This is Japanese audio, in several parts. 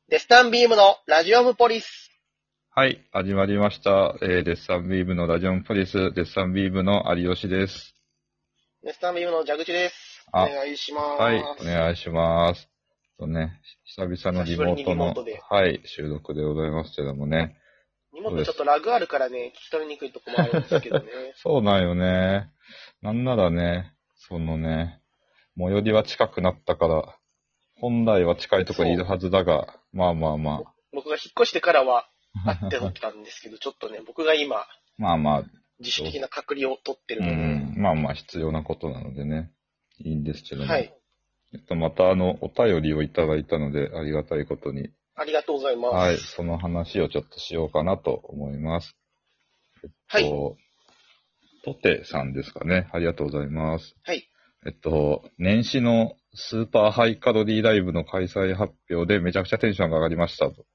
デスタンビームのラジオムポリス。 はい、始まりました。デッサンビームのラジオンポリス、デッサンビームの有吉です。 デスタンビームの蛇口です。お願いします。 はい、お願いします。久々のリモートの、はい、収録でございますけどもね。 リモートちょっとラグあるからね、聞き取りにくいとこもあるんですけどね。 そうなんよね。なんならね、最寄りは近くなったから、本来は近いところにいるはずだが、まあ。 僕が引っ越してからは、あって思ったんですけど、ちょっとね、僕が今、自主的な隔離を取ってるので、 必要なことなのでね、いいんですけども。 はい。 またお便りをいただいたので、ありがたいことに。 ありがとうございます。 はい、その話をちょっとしようかなと思います。 はい。 トテさんですかね。ありがとうございます。 はい。 年始のスーパーハイカロリーライブの開催発表でめちゃくちゃテンションが上がりましたと。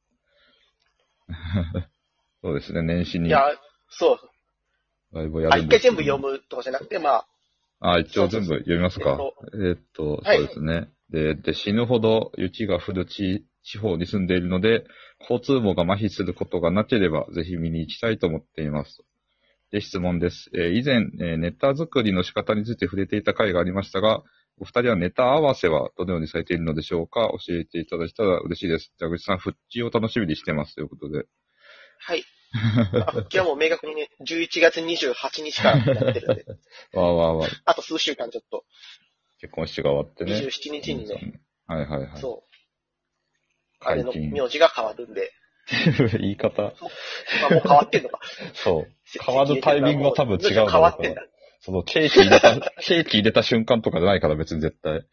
そうですね、年始に。 いや、そう。 ライブをやるんです。 一回全部読むとかじゃなくて、 一応全部読みますか。そうですね。で、死ぬほど雪が降る地方に住んでいるので、交通網が麻痺することがなければ、ぜひ見に行きたいと思っています。で、質問です。以前、ネタ作りの仕方について触れていた回がありましたが、お二人はネタ合わせはどのようにされているのでしょうか？教えていただけたら嬉しいです。蛇口さん、復帰を楽しみにしてます。ということで。 はい。復帰はもう明確にね、11月28日からやってるんで。あと数週間ちょっと。 結婚式が終わってね。 27日にね。 はい。 そう。あれの名字が変わるんで。 言い方。 もう変わってんのか。 そう。変わるタイミングは多分違うのだから。 変わってんだ。 そのケーキ入れた瞬間とかじゃないから別に絶対。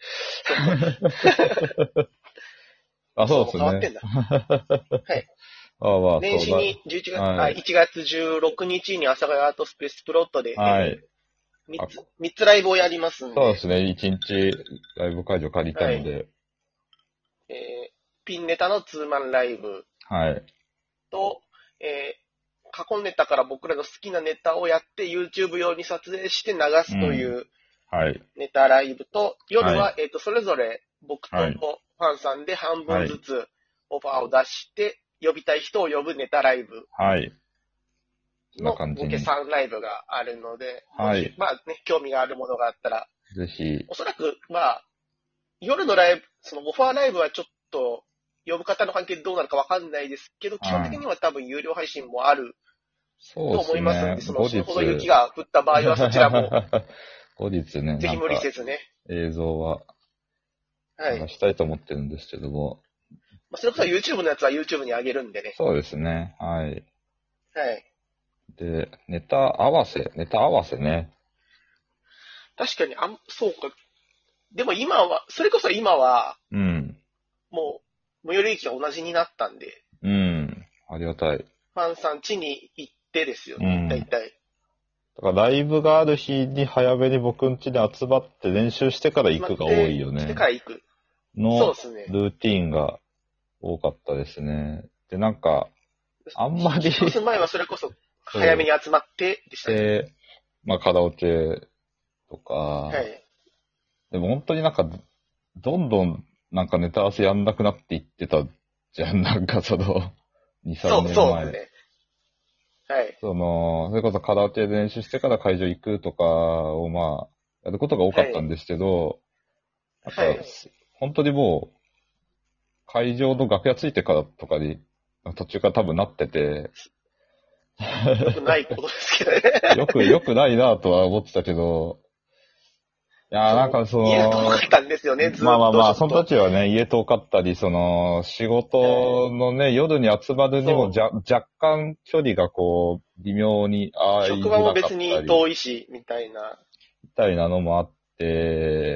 そうですね。 変わってんだ。はい。年始に1月16日に阿佐ヶ谷アートスペースプロットで、3つライブをやりますんで。 そうですね。1日ライブ会場借りたので。 ピンネタのツーマンライブ。 はい。 と、過去ネタから僕らの好きなネタをやって YouTube 用に撮影して流すというネタライブと、夜は、それぞれ僕とファンさんで半分ずつオファーを出して、呼びたい人を呼ぶネタライブの合計3ライブがあるので、興味があるものがあったら、 ぜひ。 おそらく、夜のライブ、そのオファーライブはちょっと、呼ぶ方の関係でどうなるかわかんないですけど、基本的には多分有料配信もあると思いますので、その死ぬほど雪が降った場合はそちらも、 後日ね、 ぜひ無理せずね。 映像は、したいと思ってるんですけども。 それこそ YouTube のやつは YouTube に上げるんでね。 そうですね、はい。 はい。 で、ネタ合わせね。 確かに、そうか。でもそれこそ今は、もう、最寄り駅が同じになったんで。 ありがたい。 ファンさん家に行ってですよね、大体。 だからライブがある日に早めに僕ん家で集まって練習してから行くが多いよね。 してから行く。 のルーティーンが多かったですね。で、なんか、あんまり。 引っ越す前はそれこそ早めに集まってでしたね。 で、カラオケとか、でも本当になんか、どんどんなんかネタ合わせやんなくなっていってたじゃん、なんか2、3年前。 そうですね。はい。 それこそカラオケで練習してから会場行くとかをやることが多かったんですけど、本当にもう、会場の楽屋ついてからとかに、途中から多分なってて。 よくないことですけどね。 よくないなとは思ってたけど、いやなんか家遠かったんですよね、ずっと。 その時はね、家遠かったり、仕事のね、夜に集まるにも若干距離が微妙に職場も別に遠いし、みたいなのもあって、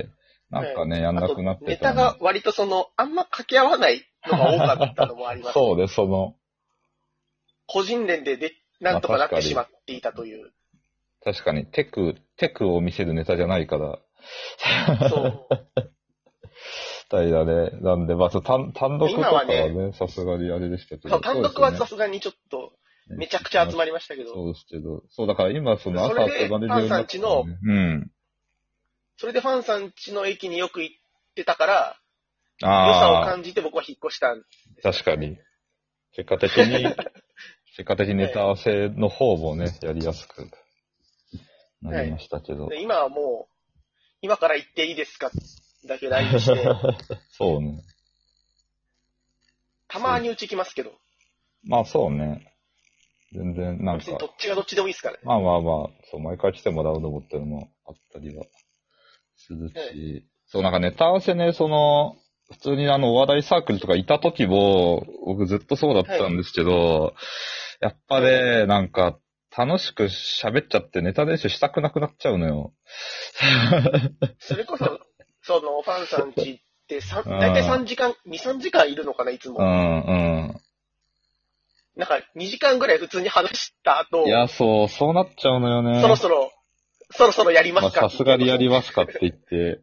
なんかね、やんなくなってた。 ネタが割とあんま掛け合わないのが多かったのもあります。 そうで、 個人連でなんとかなってしまっていたという。 確かに、テクを見せるネタじゃないから。 そう。 だね。なんで、単独とかはね、さすがにあれでしたけど。 単独はさすがにちょっと、めちゃくちゃ集まりましたけど。 そうですけど。そう、だから今朝集まれるようになった、 それでファンさん家の駅によく行ってたから、 良さを感じて僕は引っ越したんです。 確かに。結果的にネタ合わせの方もね、やりやすくなりましたけど。 はい、今はもう、今から行っていいですかだけ LINE して。 そうね。 たまにうち来ますけど。 まあそうね。全然なんか。 別にどっちがどっちでもいいですからね。 まあ、そう、毎回来てもらうのもっていうのもあったりはするし。はい、そうなんかネタ合わせね、普通にお笑いサークルとかいた時も、僕ずっとそうだったんですけど、はい、やっぱね、なんか、楽しく喋っちゃってネタ練習したくなくなっちゃうのよ。 それこそ、ファンさんちってだいたい3時間、2、3時間いるのかな、いつも。なんか、2時間ぐらい普通に話した後。 いや、そうなっちゃうのよね。 そろそろやりますか、 さすがにやりますかって言って。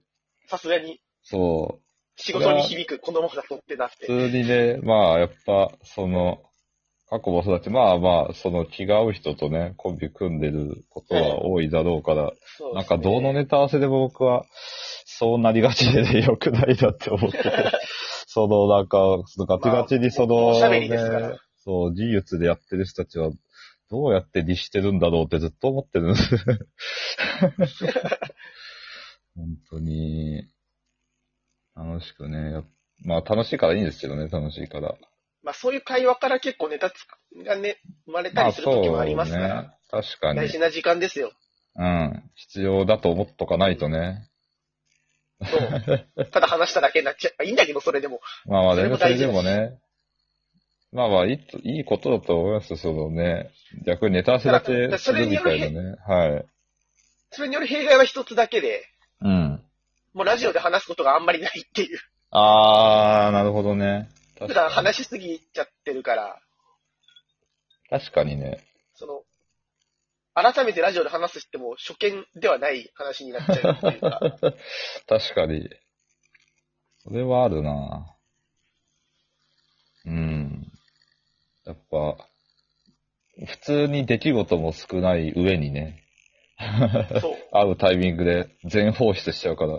さすがに。 そう。 仕事に響く子供だとってなって。 普通にね、やっぱ、過去もそうだし、気が合う人とね、コンビ組んでることは多いだろうから、はい、なんかどのネタ合わせでも僕は、そうなりがちでね、良くないなって思ってて、なんか、ガチガチにおしゃべりですから。 そう、技術でやってる人たちは、どうやって律してるんだろうってずっと思ってるんです。本当に、楽しくね。楽しいからいいんですけどね、楽しいから。 そういう会話から結構ネタがね、生まれたりする時もありますから。 ね、確かに。 大事な時間ですよ。 うん。必要だと思っとかないとね。 そう。ただ話しただけになっちゃう。いいんだけど、それでも。 全然それでもね。いいことだと思いますよ、ね。逆にネタ合わせだけするみたいなね。はい。 それによる弊害は一つだけで。 うん。 もうラジオで話すことがあんまりないっていう。 なるほどね。 普段話しすぎちゃってるから。 確かにね。 改めてラジオで話すしても初見ではない話になっちゃうっていうか。 確かに。それはあるな。うん。やっぱ、普通に出来事も少ない上にね。そう。会うタイミングで全放出しちゃうから。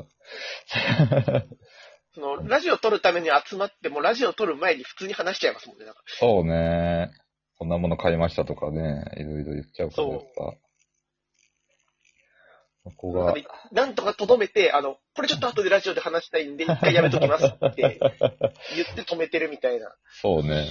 ラジオ撮るために集まっても、ラジオ撮る前に普通に話しちゃいますもんね。 そうね。こんなもの買いましたとかね、いろいろ言っちゃうから、やっぱ。ここが。 なんとかとどめて、これちょっと後でラジオで話したいんで、一回やめときますって言って止めてるみたいな。 そうね。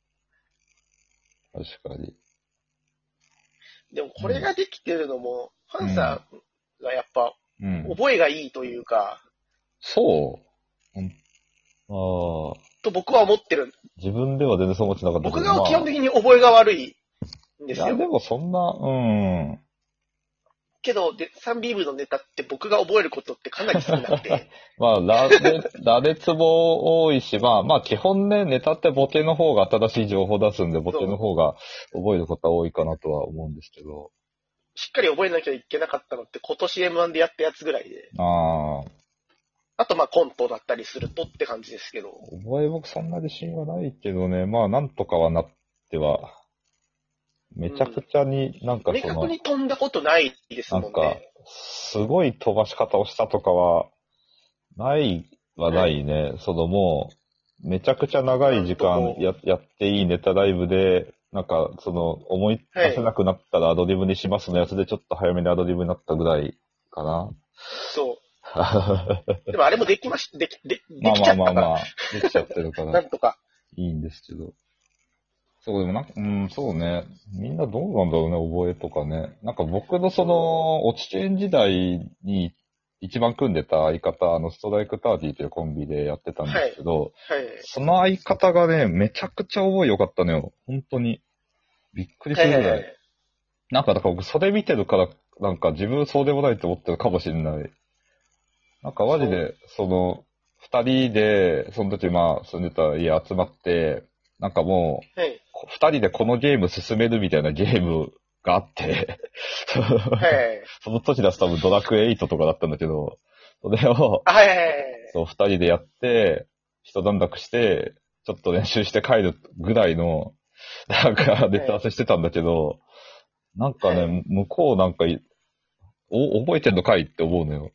確かに。 でもこれができてるのも、ファンさんがやっぱ、覚えがいいというか。 そう。 と僕は思ってる。 自分では全然そう思ってなかったけど。 僕が基本的に覚えが悪いんですよ。 いや、でもそんな、 けど、サンビームのネタって僕が覚えることってかなり少なくて。 羅列も多いし、基本ね、ネタってボケの方が新しい情報出すんで、ボケの方が覚えることは多いかなとは思うんですけど。 しっかり覚えなきゃいけなかったのって今年 M1 でやったやつぐらいで。あとコントだったりするとって感じですけど。 覚え僕そんな自信はないけどね、なんとかはなっては。めちゃくちゃになんか明確に飛んだことないですもんね。 なんか、すごい飛ばし方をしたとかは、ないね。もう、めちゃくちゃ長い時間やっていいネタライブで、なんか、思い出せなくなったらアドリブにしますのやつでちょっと早めにアドリブになったぐらいかな。 そう。でもあれもできちゃったから。 できちゃってるから。 なんとか。 いいんですけど。そう、でもそうね。みんなどうなんだろうね、覚えとかね。なんか僕の落ちチェーン時代に一番組んでた相方、ストライクターティーというコンビでやってたんですけど、その相方がね、めちゃくちゃ覚え良かったのよ。本当に。びっくりするぐらい。なんか、だから僕それ見てるから、なんか自分そうでもないと思ってるかもしれない。なんかマジで、二人で、その時住んでた家集まって、なんかもう、二人でこのゲーム進めるみたいなゲームがあって、その時だと多分ドラクエ8とかだったんだけど、それを、そう、二人でやって、一段落して、ちょっと練習して帰るぐらいの、なんかネタ合わせしてたんだけど、なんかね、向こうなんか、 覚えてんのかいって思うのよ。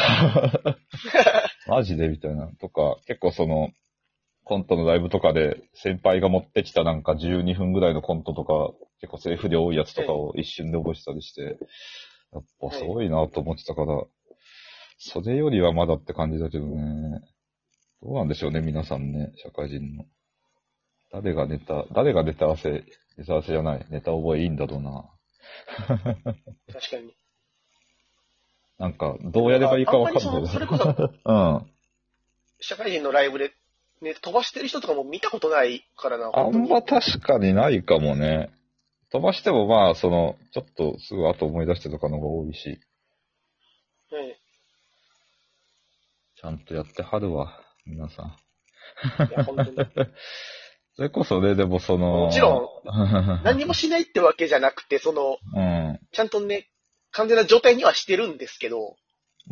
マジでみたいな。とか、結構コントのライブとかで、先輩が持ってきたなんか12分ぐらいのコントとか、結構セリフで多いやつとかを一瞬で覚えてたりして、やっぱすごいなと思ってたから、それよりはまだって感じだけどね。どうなんでしょうね、皆さんね、社会人の。誰がネタ合わせじゃない、ネタ覚えいいんだろうな。 確かに。 なんか、どうやればいいかわかんない。 それこそ、 うん。 社会人のライブで、ね、飛ばしてる人とかも見たことないからな。 あんま確かにないかもね。飛ばしてもまあ、ちょっとすぐ後思い出してとかの方が多いし。 はい。 ちゃんとやってはるわ、皆さん。 いや、本当に。 それこそね、でももちろん、何もしないってわけじゃなくて、 うん。 ちゃんとね、完全な状態にはしてるんですけど、 うん。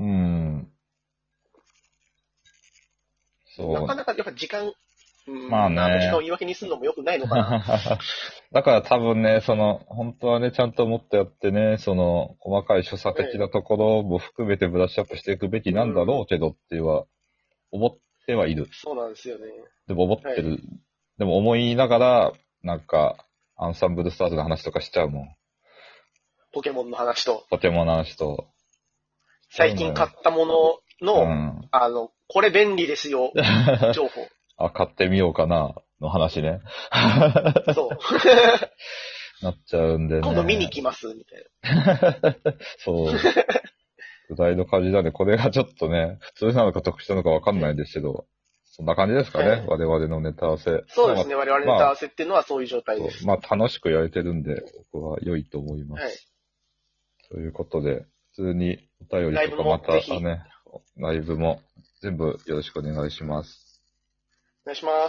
そう。なかなかやっぱ時間、 まあね。 時間を言い訳にするのも良くないのかな。 だから多分ね、本当はね、ちゃんともっとやってね、細かい所作的なところも含めてブラッシュアップしていくべきなんだろうけどって思ってはいる。 そうなんですよね。 でも思ってる。はい、でも思いながら、なんか、アンサンブルスターズの話とかしちゃうもん。 ポケモンの話と。最近買ったものの、これ便利ですよ、情報。 買ってみようかな、の話ね。 そう。 なっちゃうんでね。 今度見に来ます、みたいな。 そう。具体の感じなんで、これがちょっとね、普通なのか特殊なのかわかんないですけど、そんな感じですかね、我々のネタ合わせ。 そうですね、我々のネタ合わせっていうのはそういう状態です。 まあ楽しくやれてるんで、僕は良いと思います。はい。ということで、普通にお便りとかまたね、ライブも全部よろしくお願いします。 お願いします。